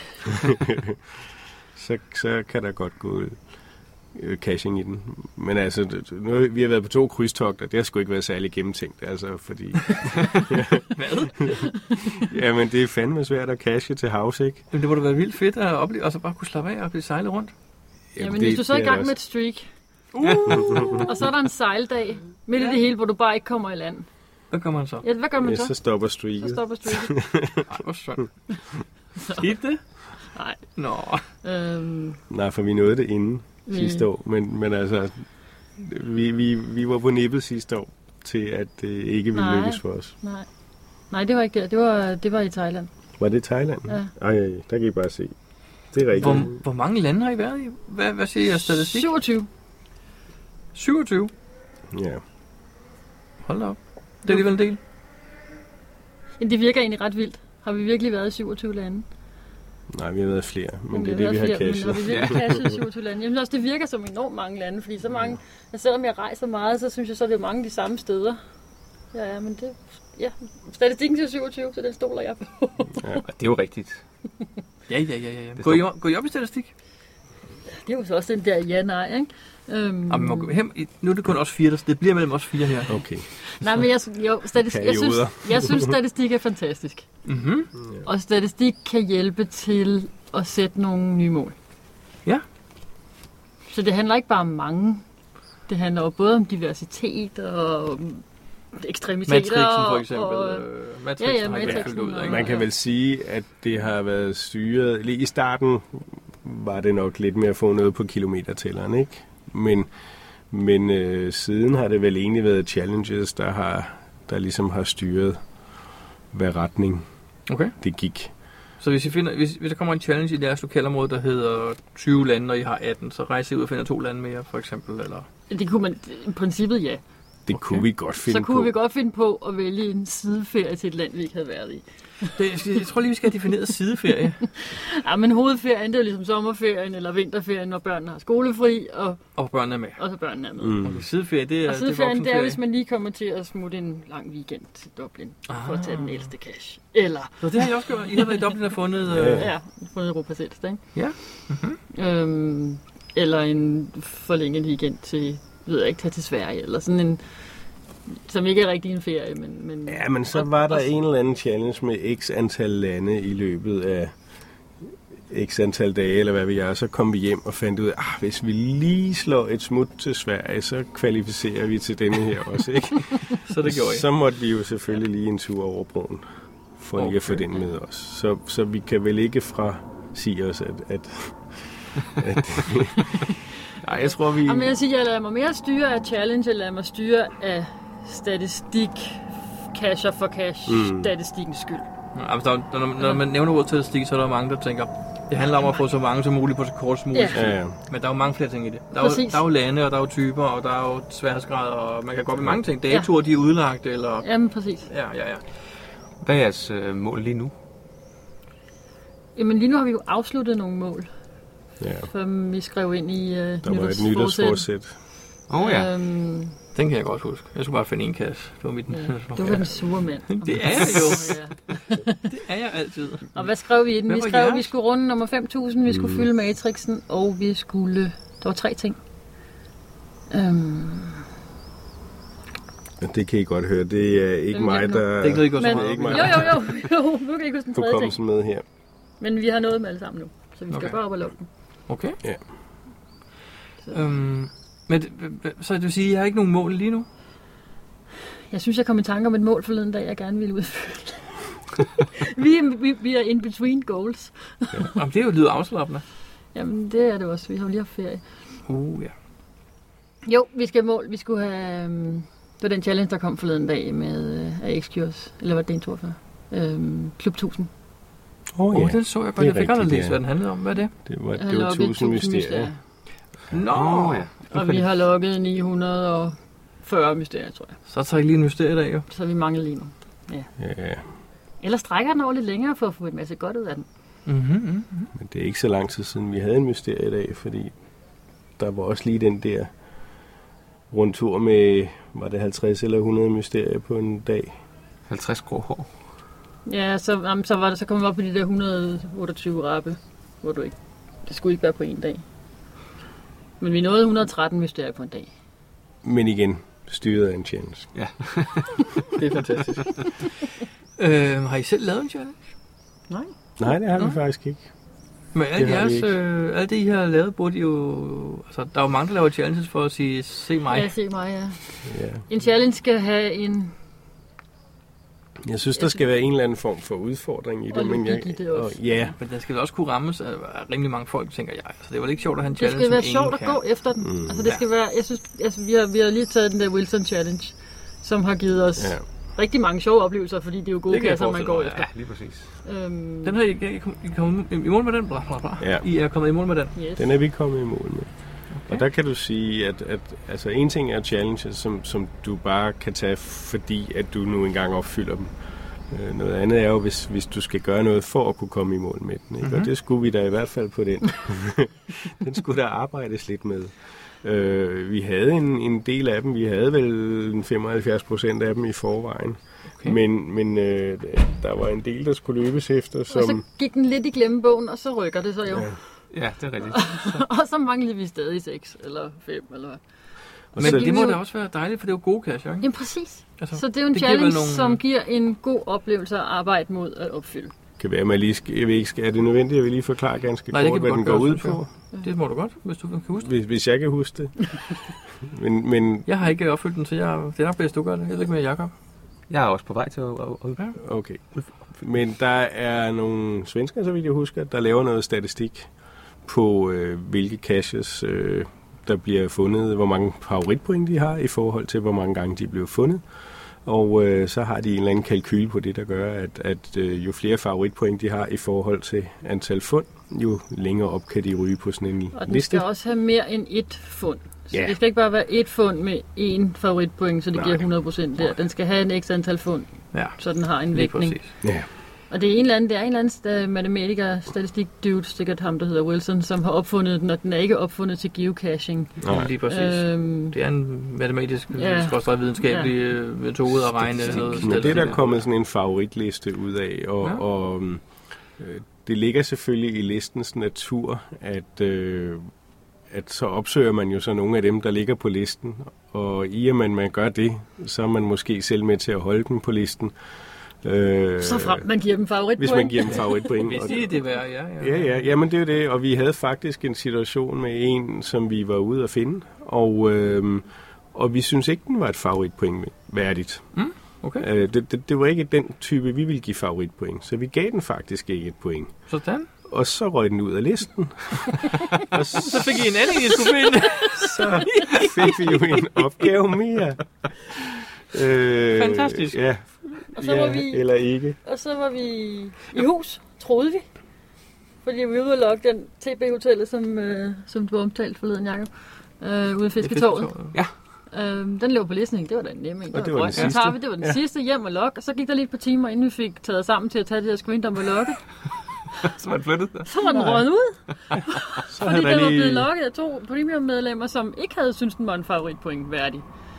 E: så kan der godt gå caching i den. Men altså, nu, vi har været på 2 krydstogter, det har sgu ikke været særlig gennemtænkt, altså, fordi...
A: Hvad?
E: Jamen, det er fandme svært at cache til havs, ikke?
A: Jamen, det må da være vildt fedt at opleve, og så bare kunne slappe af og blive sejlet rundt.
D: Jamen, hvis du så er i gang med et streak, og så er der en sejldag, midt i det hele, hvor du bare ikke kommer i land.
A: Hvad gør man så?
D: Ja, hvad gør man så?
E: Så stopper streaket.
A: Ej, hvor sjovt. Skete det?
D: Nej.
A: Nå.
E: Nej, for vi nåede det inden sidste år, men altså, vi var på nippet sidste år til, at det ikke ville lykkes for os.
D: Nej, det var ikke det. Det var i Thailand.
E: Var det Thailand?
D: Ja.
E: Ej, der kan I bare se. det er rigtigt.
A: Hvor mange lande har I været i? Hvad siger jeg statistik?
D: 27.
A: 27?
E: Ja.
A: Hold da op. Det er alligevel en del.
D: Men det virker egentlig ret vildt. Har vi virkelig været i 27 lande?
E: Nej, vi har været flere, men det er
D: vi
E: det, vi har
D: Men
E: cashet.
D: har vi virkelig cashet i 27 lande? Jamen også, det virker som enormt mange lande, fordi så mange... Selvom jeg rejser meget, så synes jeg, så er det mange de samme steder. Ja, men det... Ja, statistikken til 27, så den stoler jeg på.
B: Ja. Det er jo rigtigt.
A: Ja. Går I op i statistik?
D: Det er jo så også den der ja-nej, ikke?
A: Nu er det kun os 4, så det bliver mellem os 4 her.
E: Okay.
D: Nej, men jeg synes statistik er fantastisk.
A: Mm-hmm.
D: Og statistik kan hjælpe til at sætte nogle nye mål.
A: Ja.
D: Så det handler ikke bare om mange. Det handler jo både om diversitet og ekstremiteter.
A: Matrixen for eksempel.
D: Og,
A: Matrixen
D: ja,
A: har
D: Matrixen
A: fyldt ud, ikke?
E: Man kan vel sige, at det har været styret... Lige i starten var det nok lidt med at få noget på kilometertælleren, ikke? Men siden har det vel egentlig været challenges, der ligesom har styret, hvad retning det gik.
A: Så hvis der kommer en challenge i deres lokalområde, der hedder 20 lande, og I har 18, så rejser I ud og finder 2 lande mere, for eksempel? Eller?
D: Det kunne man i princippet, ja.
E: Det kunne vi godt finde på.
D: Så kunne vi godt finde på at vælge en sideferie til et land, vi ikke havde været i.
A: Jeg tror lige, vi skal have defineret sideferie.
D: Ja, men hovedferien, det er jo ligesom sommerferien eller vinterferien, når børnene har skolefri. Og
A: børnene er med.
D: Og så børnene er med.
A: Okay, sideferie, det er
D: og sideferien, det er, hvis man lige kommer til at smutte en lang weekend til Dublin, for at tage den ældste cash. Eller...
A: Så det har jeg også gjort. I har været i Dublin og fundet...
D: Ja, fundet Europas ældste, ikke?
A: Ja.
D: Mm-hmm. Eller en forlænget weekend til, ved jeg ikke, tage til Sverige, eller sådan en... Som ikke er rigtig en ferie, men...
E: Ja, men så var der en eller anden challenge med x antal lande i løbet af x antal dage, eller hvad ved jeg. Så kom vi hjem og fandt ud af, hvis vi lige slår et smut til Sverige, så kvalificerer vi til denne her også, ikke?
A: Så det gjorde I.
E: Så måtte vi jo selvfølgelig lige en tur over broen, for lige at få den med os. Så vi kan vel ikke sige os, at nej, jeg tror, vi...
D: Jamen, jeg siger, jeg lader mig mere styre af challenge, jeg lader mig styre af statistik, cash for cash, statistikkens skyld.
A: Altså, når man nævner ordet statistik, så er der mange, der tænker, det handler om at få så mange som muligt på så kort som muligt.
E: Ja.
A: Men der er jo mange flere ting i det. Der er jo lande, og der er jo typer, og der er jo sværhedsgrader, og man kan godt med mange ting. Datoer, de er udlagt, eller...
D: Jamen, præcis.
A: Ja.
B: Hvad er jeres mål lige nu?
D: Jamen, lige nu har vi jo afsluttet nogle mål.
E: Ja.
D: Som vi skrev ind i
E: der var et nytårsforsæt.
B: Ja.
A: Den kan jeg godt huske. Jeg skulle bare finde en kasse. Det var mit...
D: Du var den sure mand.
A: Det er jeg jo. Det er jeg altid.
D: Og hvad skrev vi i den? Vi skrev, at vi skulle runde nummer 5.000, vi skulle fylde Matrixen, og vi skulle... Der var 3 ting.
E: Det kan I godt høre. Det er ikke mig, der...
A: Det er ikke noget, I går så meget.
D: Jo. Nu kan jeg ikke huske den 3. ting.
E: Med her.
D: Men vi har noget med alle sammen nu, så vi skal bare op og lukke den.
A: Okay.
E: Ja.
A: Men så det vil sige, at jeg har ikke nogen mål lige nu?
D: Jeg synes, jeg kom i tanke om et mål forleden dag, jeg gerne ville udfylde. vi er in between goals.
A: Jamen, det er jo lyder afslappende.
D: Jamen, det er det også. Vi har jo lige haft ferie.
A: Ja.
D: Jo, vi skal mål. Vi skulle have... det var den challenge, der kom forleden dag med AX-Cures. Eller var det en 42? Klub 1000.
A: Den så jeg godt. Jeg fik aldrig læst, hvad den handlede om. Hvad er det?
E: Det var 1000 mysterier.
A: Nå!
D: Ja. Og vi har logget 940 mysterier, tror jeg.
A: Så tager I lige en mysterie i dag, jo.
D: Så vi mangler lige nu. Ja. Eller strækker den over lidt længere for at få en masse godt ud af den.
E: Men det er ikke så lang tid siden, vi havde en mysterie i dag, fordi der var også lige den der rundtur med, var det 50 eller 100 mysterier på en dag?
B: 50 grå hår.
D: Ja, så kom vi op på de der 128 rappe, hvor du ikke... Det skulle ikke være på en dag. Men vi nåede 113 mysterier på en dag.
E: Men igen, styret af en challenge.
B: Ja.
A: Det er fantastisk. Har I selv lavet en challenge?
E: Nej, det har vi faktisk ikke.
A: Men alt det, I har lavet, burde I jo... Altså, der er jo mange, der laver challenges for at sige, se mig.
D: Ja, se mig, ja. En challenge skal have en...
E: Jeg synes, der skal være en eller anden form for udfordring i det.
D: Og logik i det også.
A: Men den skal også kunne rammes af rimelig mange folk, tænker jeg. Altså, det var ikke sjovt at have en challenge,
D: det skal være sjovt at gå efter den. Altså, det skal være... Jeg synes, vi har lige taget den der Wilson Challenge, som har givet os rigtig mange sjove oplevelser, fordi det er jo gode kasser, man går efter.
B: Ja, lige præcis.
A: Den har I kommet i mål med den? Bla, bla, bla.
E: Ja.
A: I er kommet i mål med den?
D: Yes.
E: Den er vi kommet i mål med. Okay. Og der kan du sige, at altså en ting er challenges, som du bare kan tage, fordi at du nu engang opfylder dem. Noget andet er jo, hvis du skal gøre noget for at kunne komme i mål med den. Ikke? Mm-hmm. Og det skulle vi da i hvert fald på den. Den skulle der arbejdes lidt med. Vi havde en del af dem. Vi havde vel 75% af dem i forvejen. Okay. Men der var en del, der skulle løbes efter.
D: Og så gik den lidt i glemmebogen, og så rykker det så jo.
B: Ja, det er rigtigt.
D: Og så manglede vi stadig 6 eller 5 eller hvad.
A: Men det må da også være dejligt, for det er jo gode cash, ikke?
D: Jamen præcis.
A: Altså,
D: så det er jo en challenge, som giver en god oplevelse at arbejde mod at opfylde.
E: Kan være, at er det nødvendigt, at vi lige forklarer ganske kort, hvad den går ud på?
A: Det må du godt, hvis du kan huske
E: det. Hvis jeg kan huske det. men
A: jeg har ikke opfyldt den, så det er nok bedst, du gør det. Jeg ved ikke med Jacob.
B: Jeg er også på vej til at...
E: Okay. Men der er nogle svensker, så vidt jeg husker, der laver noget statistik på, hvilke caches der bliver fundet, hvor mange favoritpoint de har i forhold til, hvor mange gange de bliver fundet. Og så har de en eller anden kalkyl på det, der gør, at jo flere favoritpoint de har i forhold til antal fund, jo længere op kan de ryge på sådan en liste.
D: Og den skal også have mere end ét fund. Så
E: ja.
D: det skal ikke bare være ét fund med én favoritpoint, så det giver 100% der. Den skal have en ekstra antal fund, så den har en vægtning.
E: Ja.
D: Og det er en eller anden matematiker, statistik dude, sikkert ham, der hedder Wilson, som har opfundet den, og den er ikke opfundet til geocaching.
A: Nej, lige præcis. Det er en matematisk, videnskabelig metode at regne noget.
E: Men det er der kommet sådan en favoritliste ud af, og det ligger selvfølgelig i listens natur, at så opsøger man jo så nogle af dem, der ligger på listen, og i at man gør det, så er man måske selv med til at holde dem på listen.
D: Så frem man giver dem favoritpoint.
E: Hvis man giver dem favoritpoint.
A: Hvis det er det værd,
E: ja. Jamen det er det, og vi havde faktisk en situation med en, som vi var ude at finde, og vi synes ikke, den var et favoritpoint værdigt.
A: Okay.
E: Det var ikke den type, vi ville give favoritpoint, så vi gav den faktisk ikke et point.
A: Sådan?
E: Og så røg den ud af listen.
A: Og så fik I en anden, I skulle finde.
E: Så fik vi jo en opgave mere.
A: Fantastisk.
E: Ja.
D: Og så var vi,
E: eller ikke.
D: Og så var vi i hus, troede vi. Fordi vi var ude og logge den TB-hotellet, som du omtalte forleden, Jacob. Ude i Fisketorvet.
B: Ja.
D: Den lå på listen, det var da en nem en.
E: Og det var den sidste.
D: Det var den sidste hjem og logge, og så gik der lige et par timer, inden vi fik taget sammen til at tage det her screendump og logge.
B: Så var den flyttet der.
D: Så var den røget ud. Fordi den var blevet logget af 2 premium-medlemmer, som ikke havde syntes, den var en favoritpoint værdig.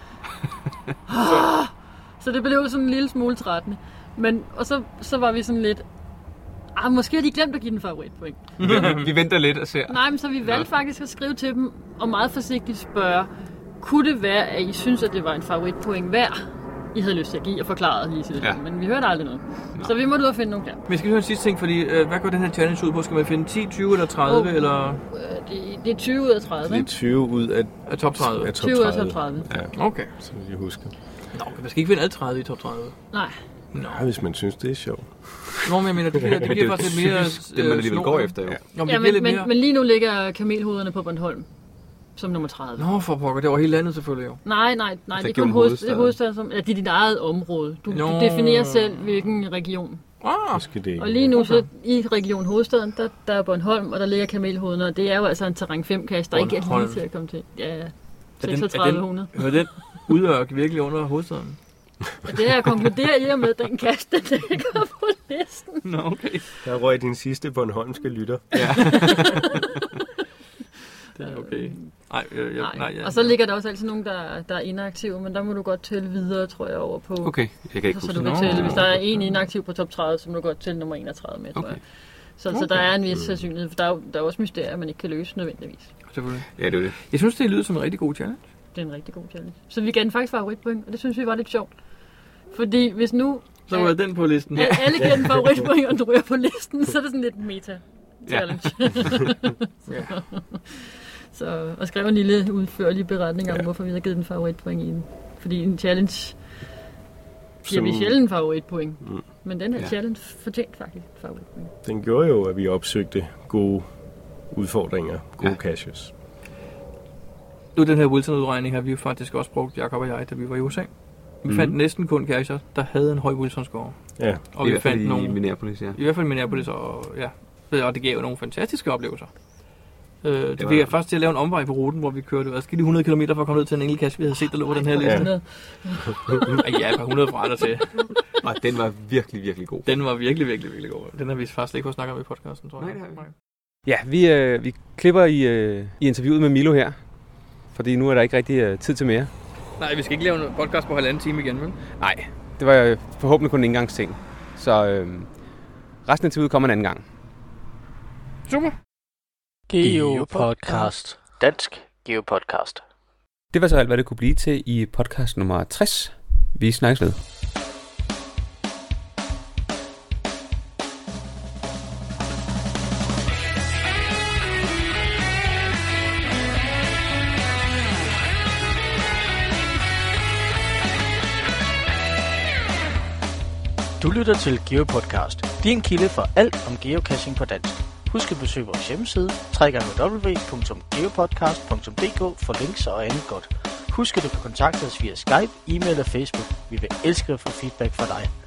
D: Så det blev sådan en lille smule trættende. Men, og så var vi sådan lidt, måske har de glemt at give den favoritpoint.
B: Vi venter lidt og ser.
D: Nej, men så vi valgte faktisk at skrive til dem, og meget forsigtigt spørge, kunne det være, at I synes, at det var en favoritpoint værd, I havde lyst til at give, og forklare lige til det. Men vi hørte aldrig noget. Så vi måtte ud og finde nogle der.
A: Vi skal høre en sidste ting, fordi hvad går den her challenge ud på? Skal man finde 10, 20 eller 30? Eller?
D: Det er 20 ud af 30.
E: Det er 20 ud
A: af top 30.
D: 20 ud af top 30.
E: Ja.
A: Okay.
E: Så jeg husker.
A: Nå, man skal ikke finde alle 30 i top 30.
D: Nej.
E: Nå, hvis man synes, det er sjovt.
A: Nå, men jeg mener, det bliver faktisk lidt mere...
B: Det man alligevel går efter, jo.
D: Men lige nu ligger kamelhovederne på Bornholm. Som nummer 30.
A: Nå, for pokker, det var hele landet selvfølgelig jo.
D: Nej, det er kun hovedstaden, som det er dit eget område. Du definerer selv, hvilken region. Og lige nu så i Region Hovedstaden, der er Bornholm, og der ligger kamelhovederne, og det er jo altså en terræn 5-kasse, der ikke er lige til at komme til. Ja, 3600.
A: Hører den udørk virkelig under hovedstaden?
D: Ja, det her konkluderer i og med, den kasse, der ligger på listen.
A: Nå, okay.
E: Der røg din sidste bornholmske lytter.
A: Ja. Det er okay. Nej.
D: Og så ligger der også altid nogen, der er inaktive, men der må du godt tælle videre, tror jeg, over på...
B: Okay, jeg kan ikke
D: huske. Så du kan tælle, hvis der er en inaktiv på top 30, så må du godt tælle nummer 31 med, tror jeg. Så der er en vis sandsynlighed, for der er også mysterier, man ikke kan løse nødvendigvis.
A: Selvfølgelig.
B: Ja, det er det.
A: Jeg synes, det lyder som en rigtig god challenge.
D: Det er en rigtig god challenge. Så vi gav den faktisk favoritpoint, og det synes vi var lidt sjovt. Fordi hvis nu...
A: Så var den på listen.
D: Ja, alle giver den favoritpoint, og du ryger på listen, så er det sådan lidt meta-challenge.
A: Ja.
D: Så, og skrev en lille udførlig beretning om, hvorfor vi har givet den favoritpoint i den. Fordi en challenge giver vi sjældent favoritpoint. Men den her challenge fortjent faktisk favoritpoint.
E: Den gjorde jo, at vi opsøgte gode udfordringer, gode caches.
A: Nu den her Wilson-udregning har vi jo faktisk også brugt, Jacob og jeg, da vi var i USA. Vi fandt næsten kun cacher, der havde en høj Wilson-score.
E: Ja.
A: Og vi fandt nogle...
B: i Minneapolis, ja.
A: I hvert fald Minneapolis, og det gav jo nogle fantastiske oplevelser. Det fik jeg først til at lave en omvej på ruten, hvor vi kørte adskillige 100 km for at komme ned til en enkelt cache, vi havde set, der lå på den her liste. Ja, et par 100 fra der til.
B: Og den var virkelig, virkelig god.
A: Den var virkelig, virkelig, virkelig god. Den har vi faktisk ikke fået snakket om i podcasten, tror jeg.
B: Nej, det har vi. Ja, vi klipper i interviewet med Milo her, fordi nu er der ikke rigtig tid til mere.
A: Nej, vi skal ikke lave en podcast på 1,5 time igen, vel?
B: Nej, det var forhåbentlig kun en engangsting. Så resten af interviewet kommer en anden gang.
A: Super.
C: GeoPodcast. Dansk GeoPodcast.
B: Det var så alt, hvad det kunne blive til i podcast nummer 60. Vi snakkes ved.
C: Du lytter til GeoPodcast, din kilde for alt om geocaching på dansk. Husk at besøge vores hjemmeside, www.geopodcast.dk for links og andet godt. Husk at du kan kontakte os via Skype, e-mail og Facebook. Vi vil elske at få feedback fra dig.